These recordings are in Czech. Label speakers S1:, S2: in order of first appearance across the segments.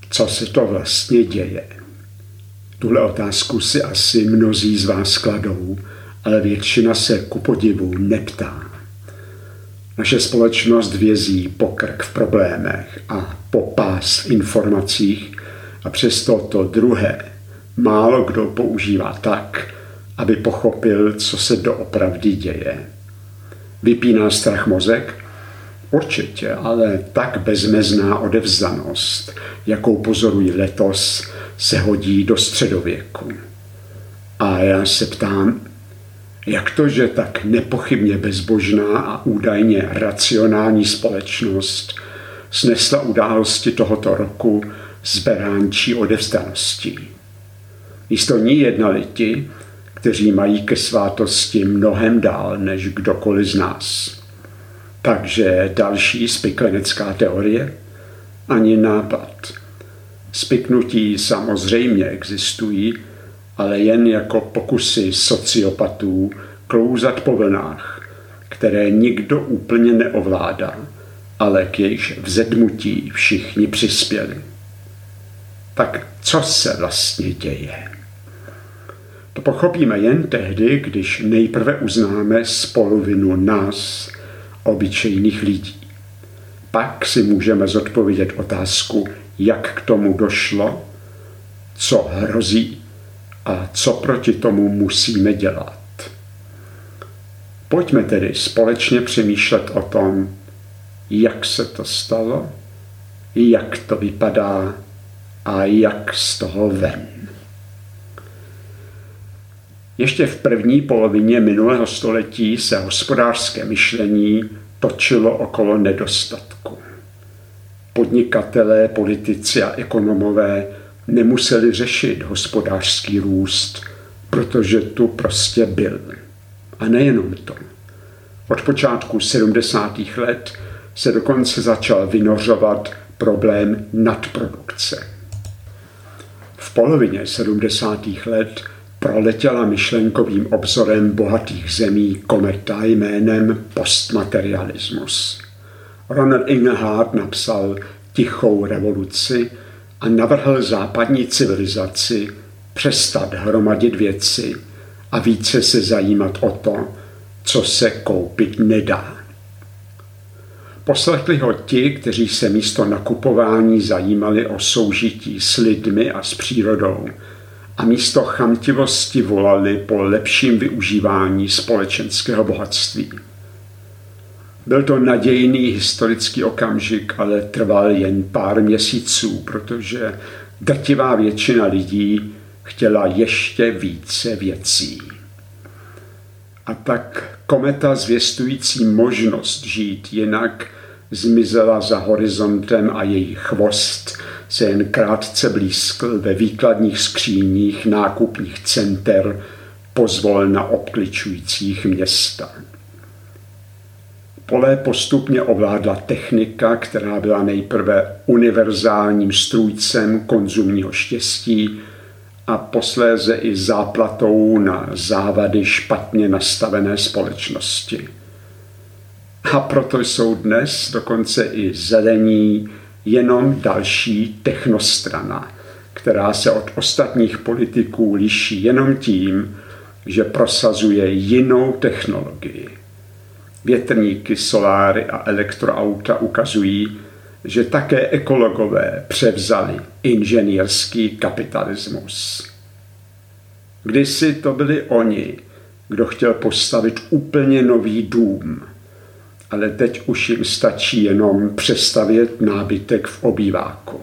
S1: Co se to vlastně děje? Tuhle otázku si asi mnozí z vás kladou, ale většina se ku podivu neptá. Naše společnost vězí po krk v problémech a po pás v informacích a přesto to druhé málo kdo používá tak, aby pochopil, co se doopravdy děje. Vypíná strach mozek? Určitě, ale tak bezmezná odevzdanost, jakou pozorují letos, se hodí do středověku. A já se ptám, jak to, že tak nepochybně bezbožná a údajně racionální společnost snesla události tohoto roku s beránčí odevzdaností. Místo ní jednali ti, kteří mají ke svátosti mnohem dál než kdokoliv z nás. Takže další spiklenecká teorie? Ani nápad. Spiknutí samozřejmě existují, ale jen jako pokusy sociopatů klouzat po vlnách, které nikdo úplně neovládá, ale k jejichž vzedmutí všichni přispěli. Tak co se vlastně děje? To pochopíme jen tehdy, když nejprve uznáme spoluvinu nás, obyčejných lidí. Pak si můžeme zodpovědět otázku, jak k tomu došlo, co hrozí a co proti tomu musíme dělat. Pojďme tedy společně přemýšlet o tom, jak se to stalo, jak to vypadá a jak z toho ven. Ještě v první polovině minulého století se hospodářské myšlení točilo okolo nedostatku. Podnikatelé, politici a ekonomové nemuseli řešit hospodářský růst, protože tu prostě byl. A nejenom to. Od počátku 70. let se dokonce začal vynořovat problém nadprodukce. V polovině 70. let proletěla myšlenkovým obzorem bohatých zemí kometa jménem postmaterialismus. Ronald Inglehart napsal Tichou revoluci a navrhl západní civilizaci přestat hromadit věci a více se zajímat o to, co se koupit nedá. Poslechli ho ti, kteří se místo nakupování zajímali o soužití s lidmi a s přírodou a místo chamtivosti volali po lepším využívání společenského bohatství. Byl to nadějný historický okamžik, ale trval jen pár měsíců, protože drtivá většina lidí chtěla ještě více věcí. A tak kometa zvěstující možnost žít jinak zmizela za horizontem a její chvost se jen krátce blízkl ve výkladních skříních nákupních center pozvolna obkličujících města. Pole postupně ovládla technika, která byla nejprve univerzálním strůjcem konzumního štěstí a posléze i záplatou na závady špatně nastavené společnosti. A proto jsou dnes dokonce i zelení jenom další technostrana, která se od ostatních politiků liší jenom tím, že prosazuje jinou technologii. Větrníky, soláry a elektroauta ukazují, že také ekologové převzali inženýrský kapitalismus. Kdysi to byli oni, kdo chtěl postavit úplně nový dům, ale teď už jim stačí jenom přestavět nábytek v obýváku.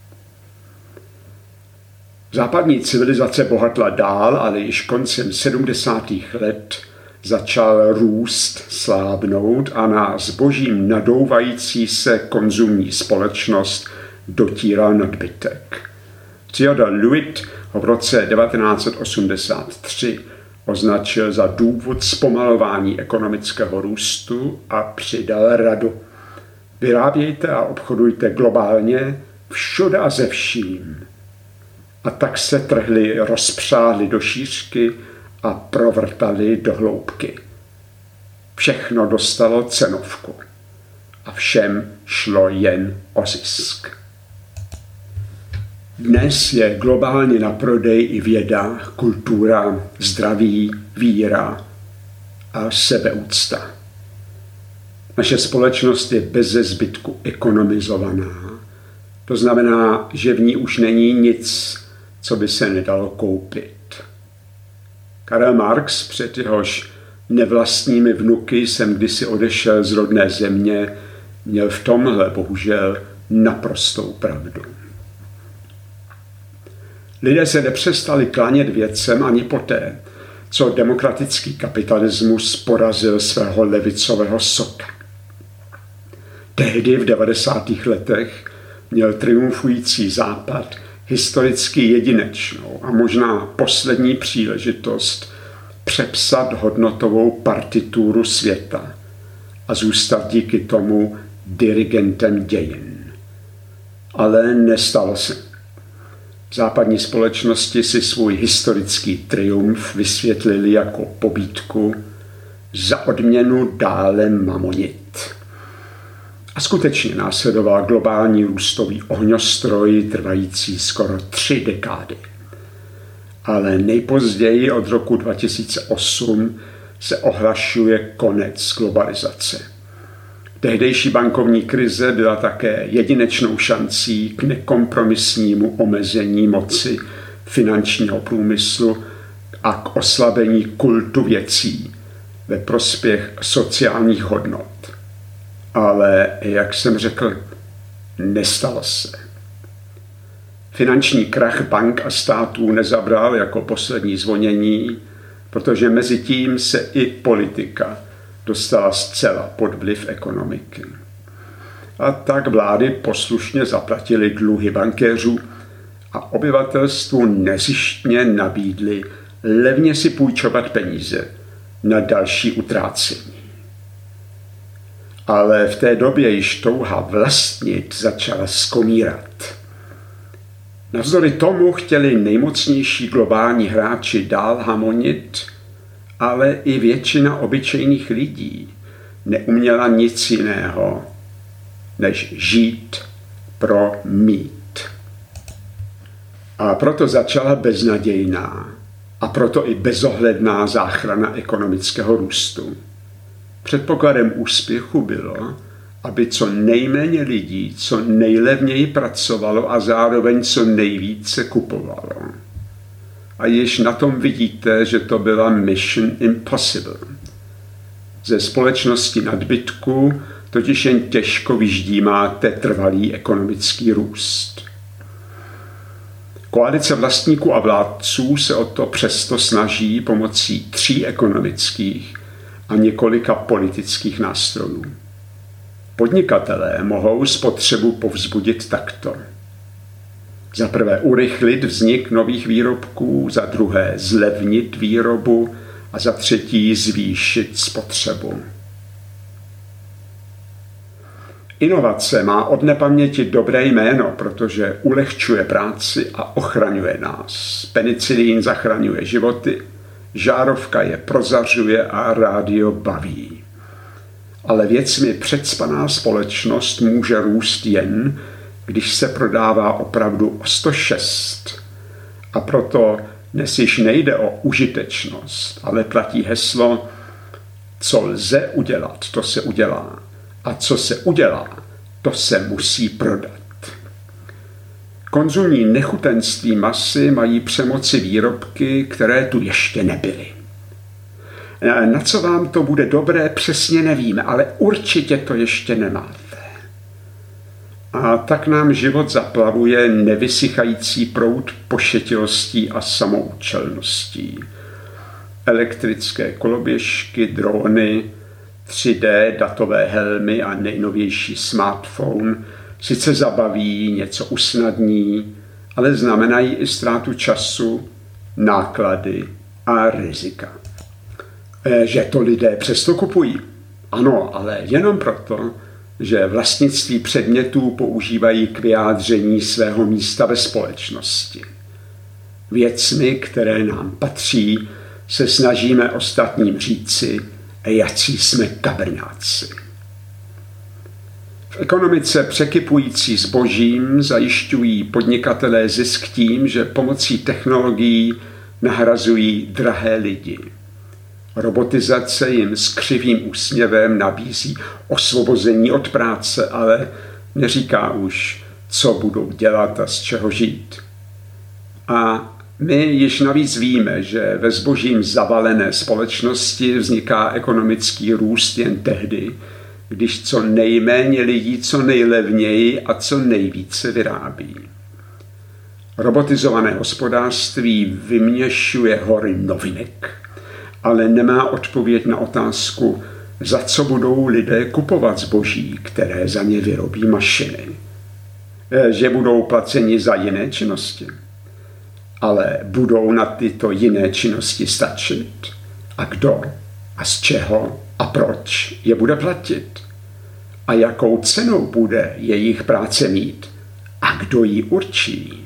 S1: Západní civilizace bohatla dál, ale již koncem 70. let začal růst, slábnout a na zbožím nadouvající se konzumní společnost dotíral nadbytek. Theodor Levitt ho v roce 1983 označil za důvod zpomalování ekonomického růstu a přidal radu. Vyrábějte a obchodujte globálně všude a ze vším. A tak se trhly rozpřáhly do šířky a provrtali do hloubky. Všechno dostalo cenovku a všem šlo jen o zisk. Dnes je globálně na prodej i věda, kultura, zdraví, víra a sebeúcta. Naše společnost je beze zbytku ekonomizovaná. To znamená, že v ní už není nic, co by se nedalo koupit. Karel Marx, před jehož nevlastními vnuky jsem kdysi odešel z rodné země, měl v tomhle bohužel naprostou pravdu. Lidé se nepřestali klanět věcem ani poté, co demokratický kapitalismus porazil svého levicového soka. Tehdy v 90. letech měl triumfující Západ historicky jedinečnou a možná poslední příležitost přepsat hodnotovou partituru světa a zůstat díky tomu dirigentem dějin. Ale nestalo se. Západní společnosti si svůj historický triumf vysvětlili jako pobídku za odměnu dále mamonit. A skutečně následoval globální růstový ohňostroj trvající skoro 3 dekády. Ale nejpozději od roku 2008 se ohlašuje konec globalizace. Tehdejší bankovní krize byla také jedinečnou šancí k nekompromisnímu omezení moci finančního průmyslu a k oslabení kultu věcí ve prospěch sociálních hodnot. Ale, jak jsem řekl, nestalo se. Finanční krach bank a států nezabral jako poslední zvonění, protože mezi tím se i politika dostala zcela pod vliv ekonomiky. A tak vlády poslušně zaplatily dluhy bankéřů a obyvatelstvu nezištně nabídly levně si půjčovat peníze na další utrácení. Ale v té době již touha vlastnit začala skomírat. Navzdory tomu chtěli nejmocnější globální hráči dál hamonit, ale i většina obyčejných lidí neuměla nic jiného, než žít pro mít. A proto začala beznadějná a proto i bezohledná záchrana ekonomického růstu. Předpokladem úspěchu bylo, aby co nejméně lidí co nejlevněji pracovalo a zároveň co nejvíce kupovalo. A již na tom vidíte, že to byla mission impossible. Ze společnosti nadbytku totiž jen těžko vyždímáte trvalý ekonomický růst. Koalice vlastníků a vládců se o to přesto snaží pomocí 3 ekonomických a několika politických nástrojů. Podnikatelé mohou spotřebu povzbudit takto. Za prvé urychlit vznik nových výrobků, za druhé zlevnit výrobu a za třetí zvýšit spotřebu. Inovace má od nepaměti dobré jméno, protože ulehčuje práci a ochraňuje nás. Penicilín zachraňuje životy, žárovka je prozařuje a rádio baví. Ale věcmi předspaná společnost může růst jen, když se prodává opravdu o 106. A proto dnes již nejde o užitečnost, ale platí heslo, co lze udělat, to se udělá. A co se udělá, to se musí prodat. Konzumní nechutenství masy mají přemoci výrobky, které tu ještě nebyly. Na co vám to bude dobré, přesně nevíme, ale určitě to ještě nemáte. A tak nám život zaplavuje nevysychající proud pošetilostí a samoučelností. Elektrické koloběžky, drony, 3D datové helmy a nejnovější smartphone sice zabaví, něco usnadní, ale znamenají i ztrátu času, náklady a rizika. Že to lidé přesto kupují. Ano, ale jenom proto, že vlastnictví předmětů používají k vyjádření svého místa ve společnosti. Věcmi, které nám patří, se snažíme ostatním říci, jací jsme kabrňáci. V ekonomice překypující zbožím zajišťují podnikatelé zisk tím, že pomocí technologií nahrazují drahé lidi. Robotizace jim s křivým úsměvem nabízí osvobození od práce, ale neříká už, co budou dělat a z čeho žít. A my již navíc víme, že ve zbožím zavalené společnosti vzniká ekonomický růst jen tehdy, když co nejméně lidí co nejlevněji a co nejvíce vyrábí. Robotizované hospodářství vyměšuje hory novinek, ale nemá odpověď na otázku, za co budou lidé kupovat zboží, které za ně vyrobí mašiny. Že budou placeni za jiné činnosti. Ale budou na tyto jiné činnosti stačit? A kdo? A z čeho? A proč je bude platit? A jakou cenou bude jejich práce mít? A kdo ji určí?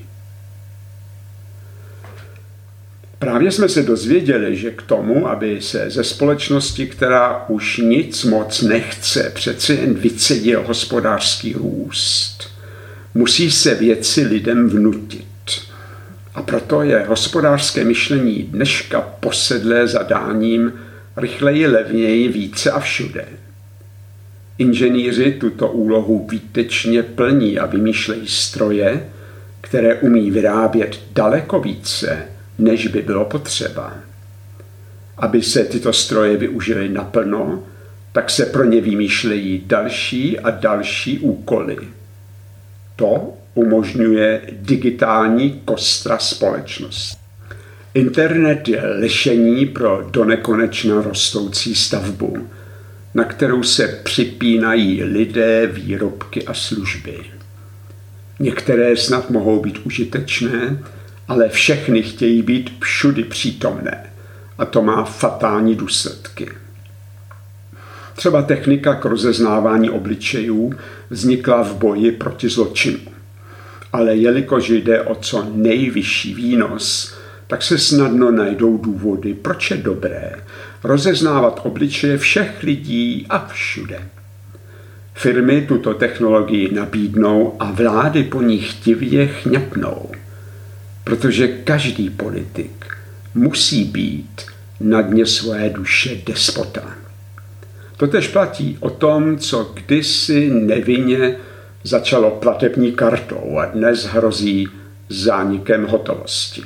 S1: Právě jsme se dozvěděli, že k tomu, aby se ze společnosti, která už nic moc nechce, přece jen vycedil hospodářský růst, musí se věci lidem vnutit. A proto je hospodářské myšlení dneška posedlé zadáním rychleji, levněji, více a všude. Inženýři tuto úlohu výtečně plní a vymýšlejí stroje, které umí vyrábět daleko více, než by bylo potřeba. Aby se tyto stroje využily naplno, tak se pro ně vymýšlejí další a další úkoly. To umožňuje digitální kostra společnost. Internet je lešení pro donekonečna rostoucí stavbu, na kterou se připínají lidé, výrobky a služby. Některé snad mohou být užitečné, ale všechny chtějí být všudy přítomné a to má fatální důsledky. Třeba technika k rozeznávání obličejů vznikla v boji proti zločinu. Ale jelikož jde o co nejvyšší výnos, tak se snadno najdou důvody, proč je dobré rozeznávat obličeje všech lidí a všude. Firmy tuto technologii nabídnou a vlády po ní chtivě chňapnou, protože každý politik musí být na dně své duše despota. Totéž platí o tom, co kdysi nevinně začalo platební kartou a dnes hrozí zánikem hotovosti.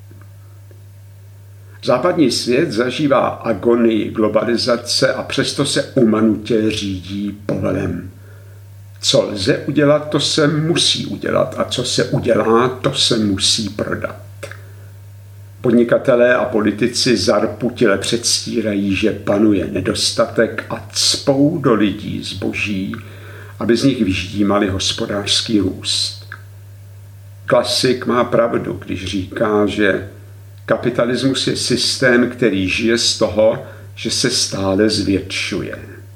S1: Západní svět zažívá agonii globalizace a přesto se umanutě řídí povelem. Co lze udělat, to se musí udělat a co se udělá, to se musí prodat. Podnikatelé a politici zarputile předstírají, že panuje nedostatek a cpou do lidí zboží, aby z nich vyždímali hospodářský růst. Klasik má pravdu, když říká, že kapitalismus je systém, který žije z toho, že se stále zvětšuje.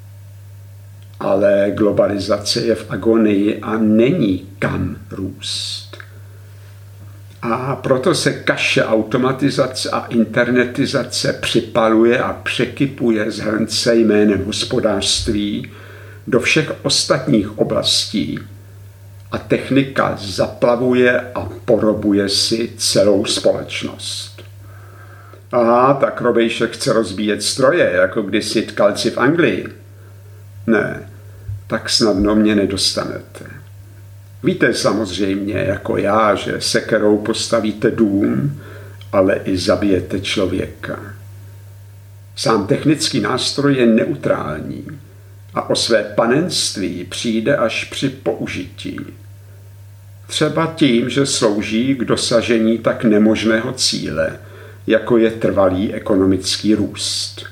S1: Ale globalizace je v agonii a není kam růst. A proto se kaše automatizace a internetizace připaluje a překypuje z hrnce jménem hospodářství do všech ostatních oblastí a technika zaplavuje a porobuje si celou společnost. Aha, tak Robejšek chce rozbíjet stroje, jako kdysi tkalci v Anglii. Ne, tak snadno mě nedostanete. Víte samozřejmě, jako já, že sekerou postavíte dům, ale i zabijete člověka. Sám technický nástroj je neutrální a o své panenství přijde až při použití. Třeba tím, že slouží k dosažení tak nemožného cíle, jako je trvalý ekonomický růst.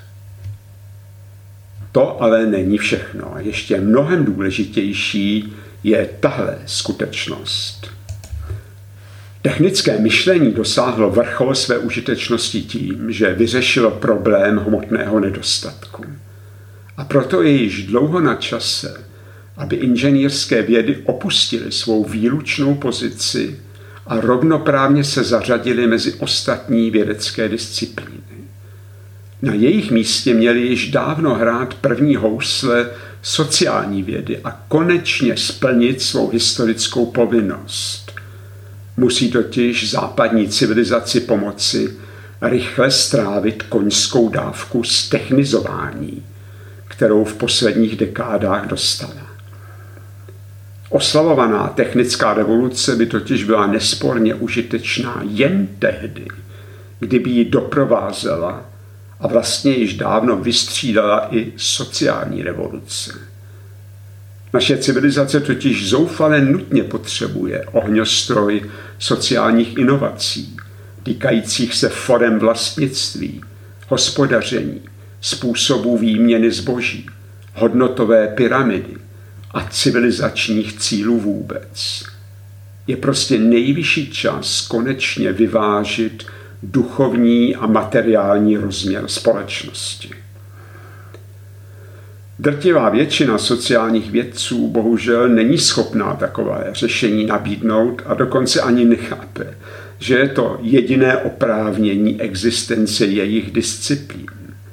S1: To ale není všechno. Ještě mnohem důležitější je tahle skutečnost. Technické myšlení dosáhlo vrchol své užitečnosti tím, že vyřešilo problém hmotného nedostatku. A proto je již dlouho na čase, aby inženýrské vědy opustily svou výlučnou pozici a rovnoprávně se zařadily mezi ostatní vědecké disciplíny. Na jejich místě měly již dávno hrát první housle sociální vědy a konečně splnit svou historickou povinnost. Musí totiž západní civilizaci pomoci rychle strávit koňskou dávku ztechnizování, kterou v posledních dekádách dostala. Oslavovaná technická revoluce by totiž byla nesporně užitečná jen tehdy, kdyby ji doprovázela a vlastně již dávno vystřídala i sociální revoluce. Naše civilizace totiž zoufale nutně potřebuje ohňostroj sociálních inovací, týkajících se forem vlastnictví, hospodaření, způsobů výměny zboží, hodnotové pyramidy a civilizačních cílů vůbec. Je prostě nejvyšší čas konečně vyvážit duchovní a materiální rozměr společnosti. Drtivá většina sociálních vědců bohužel není schopná takové řešení nabídnout a dokonce ani nechápe, že je to jediné oprávnění existence jejich disciplín.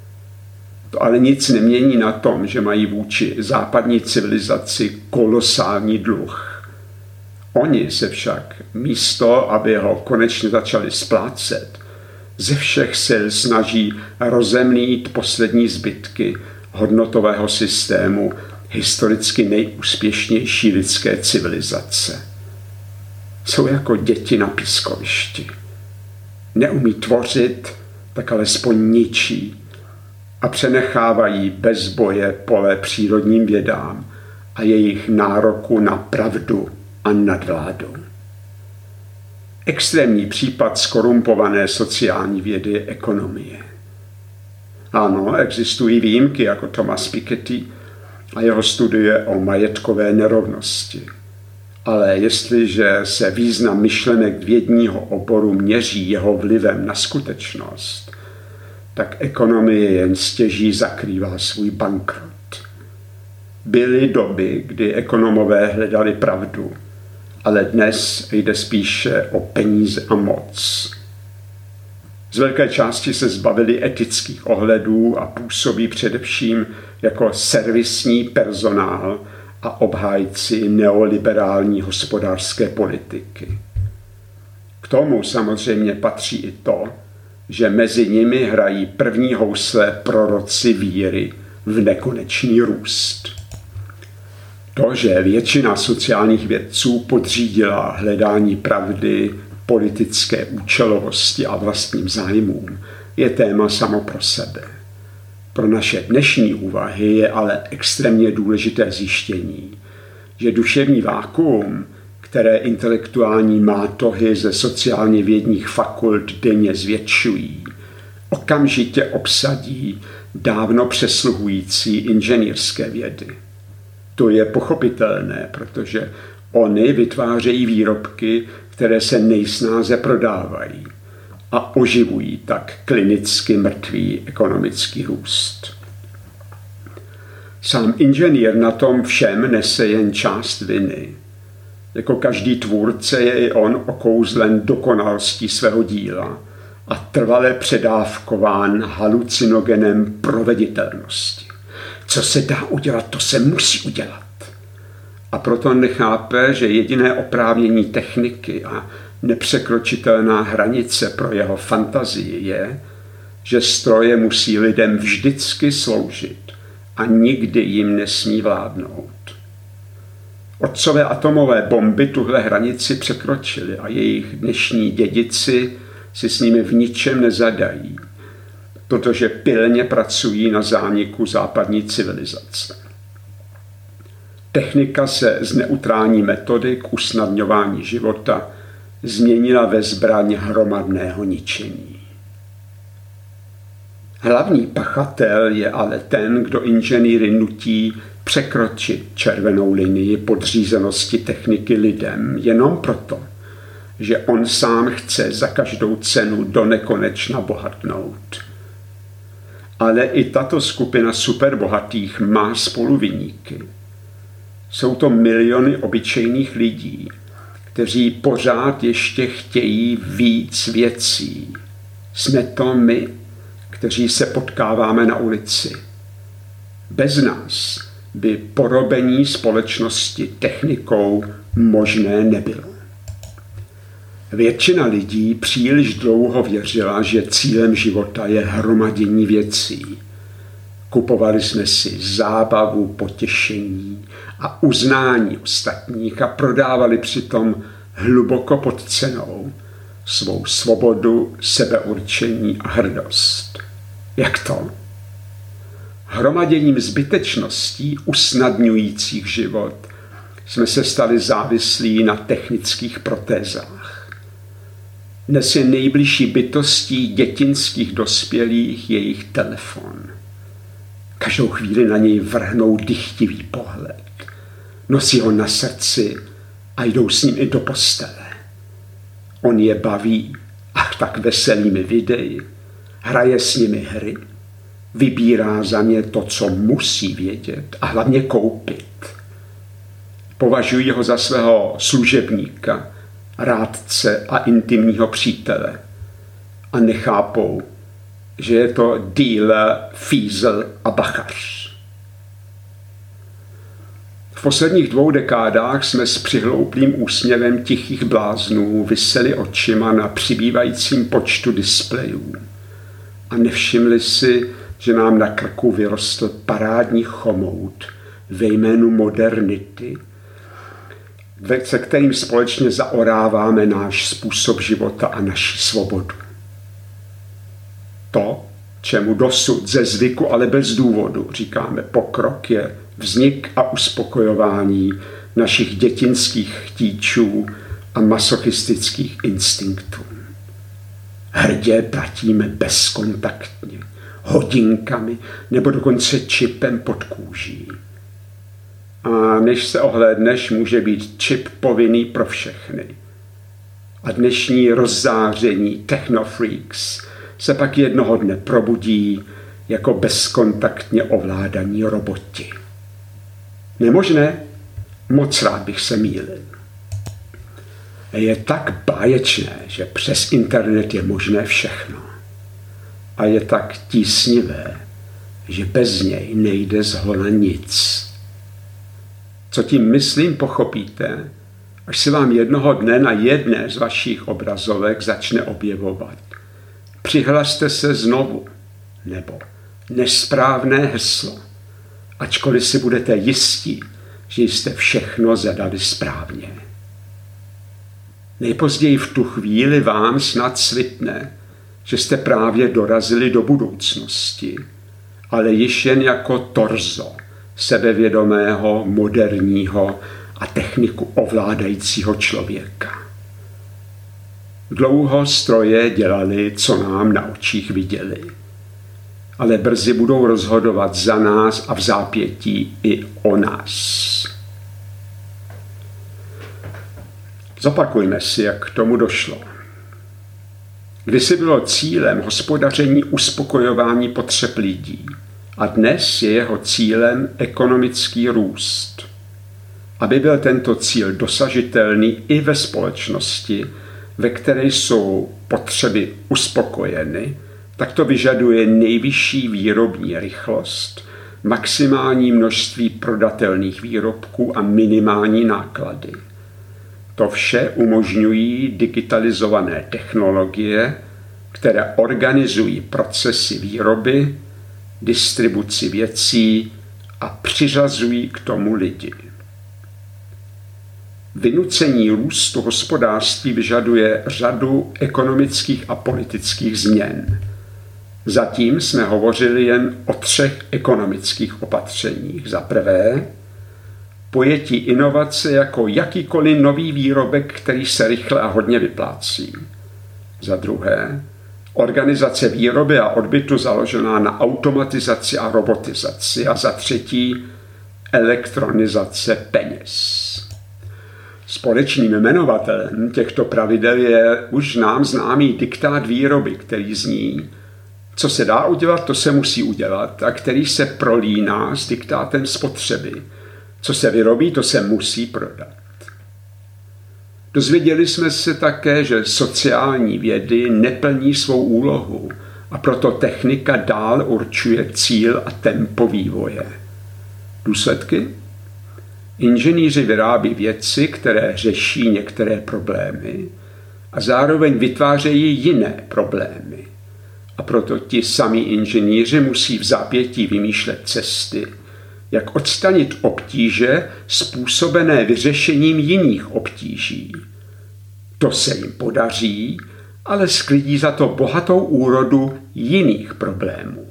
S1: To ale nic nemění na tom, že mají vůči západní civilizaci kolosální dluh. Oni se však místo, aby ho konečně začali splácet, ze všech sil snaží rozemlít poslední zbytky hodnotového systému historicky nejúspěšnější lidské civilizace. Jsou jako děti na pískovišti. Neumí tvořit, tak alespoň ničí a přenechávají bez boje pole přírodním vědám a jejich nároku na pravdu a nadvládu. Extrémní případ skorumpované sociální vědy je ekonomie. Ano, existují výjimky jako Thomas Piketty a jeho studie o majetkové nerovnosti. Ale jestliže se význam myšlenek vědního oboru měří jeho vlivem na skutečnost, tak ekonomie jen stěží zakrývá svůj bankrot. Byly doby, kdy ekonomové hledali pravdu, ale dnes jde spíše o peníze a moc. Z velké části se zbavili etických ohledů a působí především jako servisní personál a obhájci neoliberální hospodářské politiky. K tomu samozřejmě patří i to, že mezi nimi hrají první housle proroci víry v nekonečný růst. To, že většina sociálních vědců podřídila hledání pravdy politické účelovosti a vlastním zájmům, je téma samo pro sebe. Pro naše dnešní úvahy je ale extrémně důležité zjištění, že duševní vákuum, které intelektuální mátohy ze sociálně vědních fakult denně zvětšují, okamžitě obsadí dávno přesluhující inženýrské vědy. To je pochopitelné, protože oni vytvářejí výrobky, které se nejsnáze prodávají a oživují tak klinicky mrtvý ekonomický růst. Sám inženýr na tom všem nese jen část viny. Jako každý tvůrce je i on okouzlen dokonalostí svého díla a trvale předávkován halucinogenem proveditelnosti. Co se dá udělat, to se musí udělat. A proto nechápe, že jediné oprávnění techniky a nepřekročitelná hranice pro jeho fantazii je, že stroje musí lidem vždycky sloužit a nikdy jim nesmí vládnout. Otcové atomové bomby tuhle hranici překročily a jejich dnešní dědici si s nimi v ničem nezadají, protože pilně pracují na zániku západní civilizace. Technika se z neutrální metody k usnadňování života změnila ve zbraň hromadného ničení. Hlavní pachatel je ale ten, kdo inženýry nutí překročit červenou linii podřízenosti techniky lidem jenom proto, že on sám chce za každou cenu do nekonečna bohatnout. Ale i tato skupina superbohatých má spoluviníky. Jsou to miliony obyčejných lidí, kteří pořád ještě chtějí víc věcí. Jsme to my, kteří se potkáváme na ulici. Bez nás by porobení společnosti technikou možné nebylo. Většina lidí příliš dlouho věřila, že cílem života je hromadění věcí. Kupovali jsme si zábavu, potěšení a uznání ostatních a prodávali přitom hluboko pod cenou svou svobodu, sebeurčení a hrdost. Jak to? Hromaděním zbytečností usnadňujících život jsme se stali závislí na technických protézách. Dnes je nejbližší bytostí dětinských dospělých jejich telefon. Každou chvíli na něj vrhnou dychtivý pohled. Nosí ho na srdci a jdou s ním i do postele. On je baví, ach tak veselými videi, hraje s nimi hry, vybírá za ně to, co musí vědět a hlavně koupit. Považují ho za svého služebníka, rádce a intimního přítele a nechápou, že je to dealer, fízel a bachař. V posledních 2 dekádách jsme s přihlouplým úsměvem tichých bláznů viseli očima na přibývajícím počtu displejů a nevšimli si, že nám na krku vyrostl parádní chomout ve jménu modernity, se kterým společně zaoráváme náš způsob života a naši svobodu. To, čemu dosud ze zvyku, ale bez důvodu říkáme pokrok, je vznik a uspokojování našich dětinských chtíčů a masochistických instinktů. Hrdě platíme bezkontaktně, hodinkami nebo dokonce čipem pod kůží. A než se ohlédneš, může být čip povinný pro všechny. A dnešní rozzáření technofreaks se pak jednoho dne probudí jako bezkontaktně ovládaní roboti. Nemožné? Moc rád bych se mýlil. Je tak báječné, že přes internet je možné všechno. A je tak tísnivé, že bez něj nejde zhola nic. Co tím myslím, pochopíte, až se vám jednoho dne na jedné z vašich obrazovek začne objevovat. Přihlaste se znovu, nebo nesprávné heslo, ačkoliv si budete jistí, že jste všechno zadali správně. Nejpozději v tu chvíli vám snad svitne, že jste právě dorazili do budoucnosti, ale již jen jako torzo sebevědomého, moderního a techniku ovládajícího člověka. Dlouho stroje dělali, co nám na očích viděli, ale brzy budou rozhodovat za nás a v zápětí i o nás. Zopakujme si, jak k tomu došlo. Kdysi bylo cílem hospodaření uspokojování potřeb lidí a dnes je jeho cílem ekonomický růst. Aby byl tento cíl dosažitelný i ve společnosti, ve které jsou potřeby uspokojeny, tak to vyžaduje nejvyšší výrobní rychlost, maximální množství prodatelných výrobků a minimální náklady. To vše umožňují digitalizované technologie, které organizují procesy výroby, distribuci věcí a přiřazují k tomu lidi. Vynucení růstu hospodářství vyžaduje řadu ekonomických a politických změn. Zatím jsme hovořili jen o 3 ekonomických opatřeních. Za prvé, pojetí inovace jako jakýkoliv nový výrobek, který se rychle a hodně vyplácí. Za druhé, organizace výroby a odbytu založená na automatizaci a robotizaci. A za třetí, elektronizace peněz. Společným jmenovatelem těchto pravidel je už nám známý diktát výroby, který zní: co se dá udělat, to se musí udělat, a který se prolíná s diktátem spotřeby. Co se vyrobí, to se musí prodat. Dozvěděli jsme se také, že sociální vědy neplní svou úlohu a proto technika dál určuje cíl a tempo vývoje. Důsledky? Inženýři vyrábí věci, které řeší některé problémy a zároveň vytvářejí jiné problémy. A proto ti samí inženýři musí v zápětí vymýšlet cesty, jak odstranit obtíže způsobené vyřešením jiných obtíží. To se jim podaří, ale sklidí za to bohatou úrodu jiných problémů.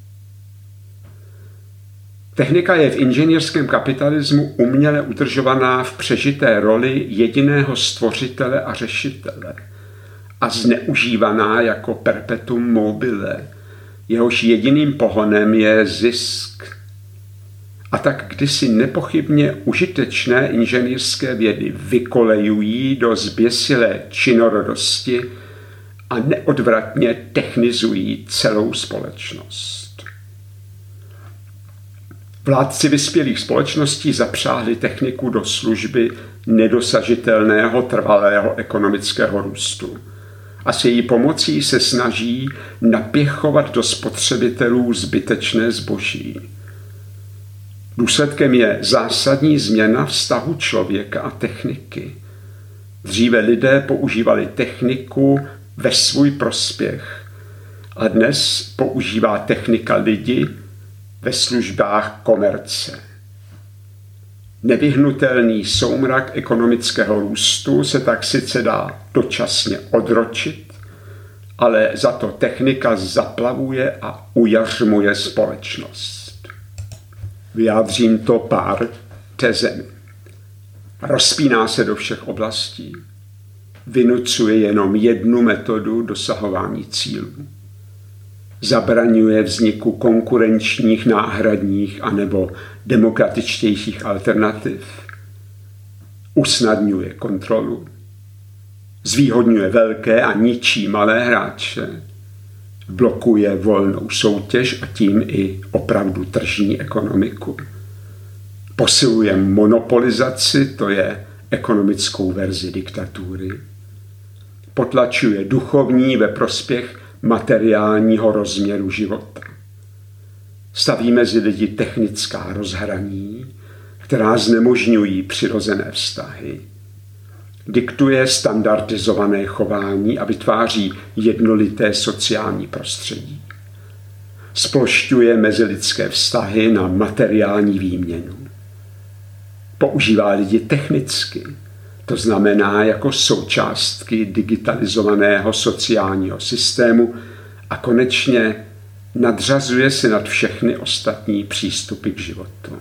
S1: Technika je v inženýrském kapitalismu uměle udržovaná v přežité roli jediného stvořitele a řešitele a zneužívaná jako perpetuum mobile, jehož jediným pohonem je zisk. A tak kdysi nepochybně užitečné inženýrské vědy vykolejují do zběsilé činorodosti a neodvratně technizují celou společnost. Vládci vyspělých společností zapřáhli techniku do služby nedosažitelného trvalého ekonomického růstu a s její pomocí se snaží napěchovat do spotřebitelů zbytečné zboží. Důsledkem je zásadní změna vztahu člověka a techniky. Dříve lidé používali techniku ve svůj prospěch a dnes používá technika lidi ve službách komerce. Nevyhnutelný soumrak ekonomického růstu se tak sice dá dočasně odročit, ale za to technika zaplavuje a ujařmuje společnost. Vyjádřím to pár tezemi. Rozpíná se do všech oblastí, vynucuje jenom jednu metodu dosahování cílů. Zabraňuje vzniku konkurenčních, náhradních anebo demokratičtějších alternativ. Usnadňuje kontrolu. Zvýhodňuje velké a ničí malé hráče. Blokuje volnou soutěž a tím i opravdu tržní ekonomiku. Posiluje monopolizaci, to je ekonomickou verzi diktatury. Potlačuje duchovní ve prospěch materiálního rozměru života. Staví mezi lidi technická rozhraní, která znemožňují přirozené vztahy. Diktuje standardizované chování a vytváří jednolité sociální prostředí. Splošťuje mezilidské vztahy na materiální výměnu. Používá lidi technicky, to znamená jako součástky digitalizovaného sociálního systému a konečně nadřazuje se nad všechny ostatní přístupy k životu.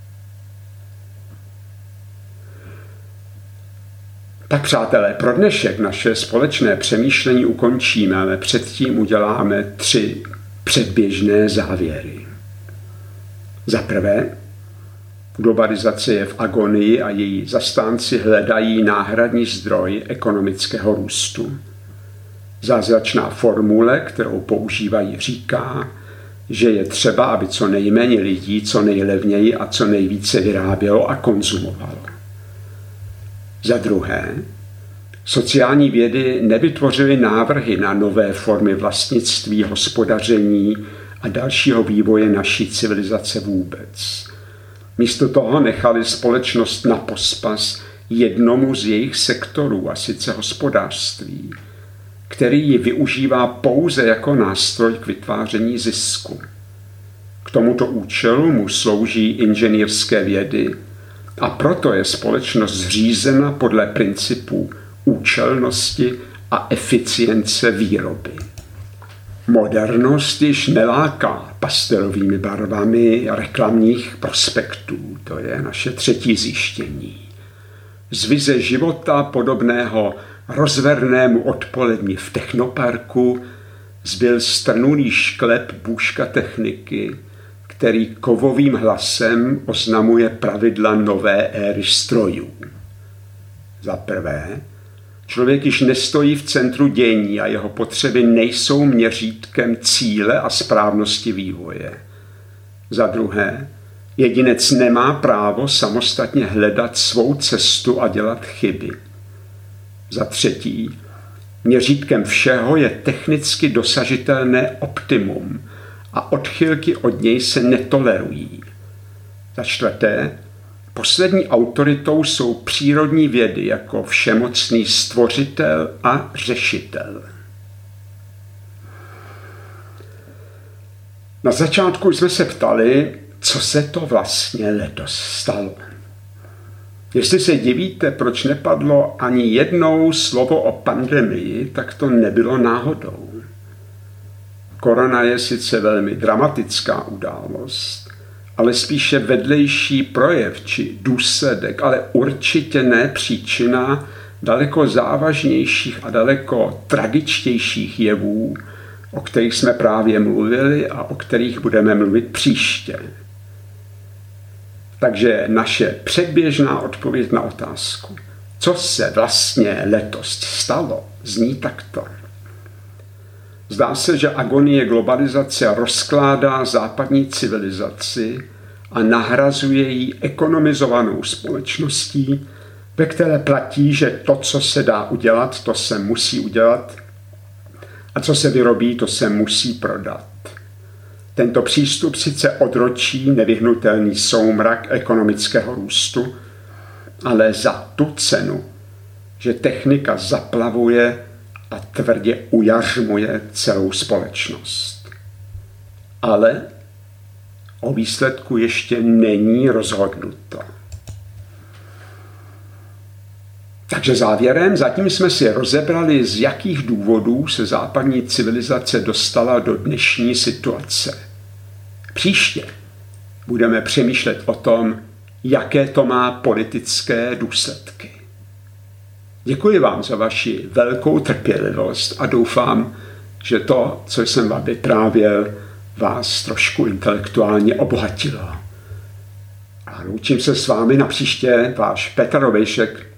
S1: Tak přátelé, pro dnešek naše společné přemýšlení ukončíme, ale předtím uděláme 3 předběžné závěry. Za prvé, globalizace je v agonii a její zastánci hledají náhradní zdroj ekonomického růstu. Zázračná formule, kterou používají, říká, že je třeba, aby co nejméně lidí, co nejlevněji a co nejvíce vyrábělo a konzumovalo. Za druhé, sociální vědy nevytvořily návrhy na nové formy vlastnictví, hospodaření a dalšího vývoje naší civilizace vůbec. Místo toho nechali společnost na pospas jednomu z jejich sektorů, a sice hospodářství, který ji využívá pouze jako nástroj k vytváření zisku. K tomuto účelu mu slouží inženýrské vědy a proto je společnost zřízena podle principů účelnosti a eficience výroby. Modernost již neláká pastelovými barvami reklamních prospektů. To je naše 3. zjištění. Z vize života podobného rozvernému odpoledni v technoparku zbyl strnulý šklep bůžka techniky, který kovovým hlasem oznamuje pravidla nové éry strojů. Za prvé, člověk již nestojí v centru dění a jeho potřeby nejsou měřítkem cíle a správnosti vývoje. Za druhé, jedinec nemá právo samostatně hledat svou cestu a dělat chyby. Za třetí, měřítkem všeho je technicky dosažitelné optimum a odchylky od něj se netolerují. Za čtvrté, poslední autoritou jsou přírodní vědy jako všemocný stvořitel a řešitel. Na začátku jsme se ptali, co se to vlastně letos stalo. Jestli se divíte, proč nepadlo ani jednou slovo o pandemii, tak to nebylo náhodou. Korona je sice velmi dramatická událost, ale spíše vedlejší projev či důsledek, ale určitě ne příčina daleko závažnějších a daleko tragičtějších jevů, o kterých jsme právě mluvili a o kterých budeme mluvit příště. Takže naše předběžná odpověď na otázku, co se vlastně letos stalo, zní takto. Zdá se, že agonie globalizace rozkládá západní civilizaci a nahrazuje ji ekonomizovanou společností, ve které platí, že to, co se dá udělat, to se musí udělat a co se vyrobí, to se musí prodat. Tento přístup sice odročí nevyhnutelný soumrak ekonomického růstu, ale za tu cenu, že technika zaplavuje a tvrdě ujařmuje celou společnost. Ale o výsledku ještě není rozhodnuto. Takže závěrem, zatím jsme si rozebrali, z jakých důvodů se západní civilizace dostala do dnešní situace. Příště budeme přemýšlet o tom, jaké to má politické důsledky. Děkuji vám za vaši velkou trpělivost a doufám, že to, co jsem vám vyprávěl, vás trošku intelektuálně obohatilo. A loučím se s vámi na příště, váš Petr Robejšek.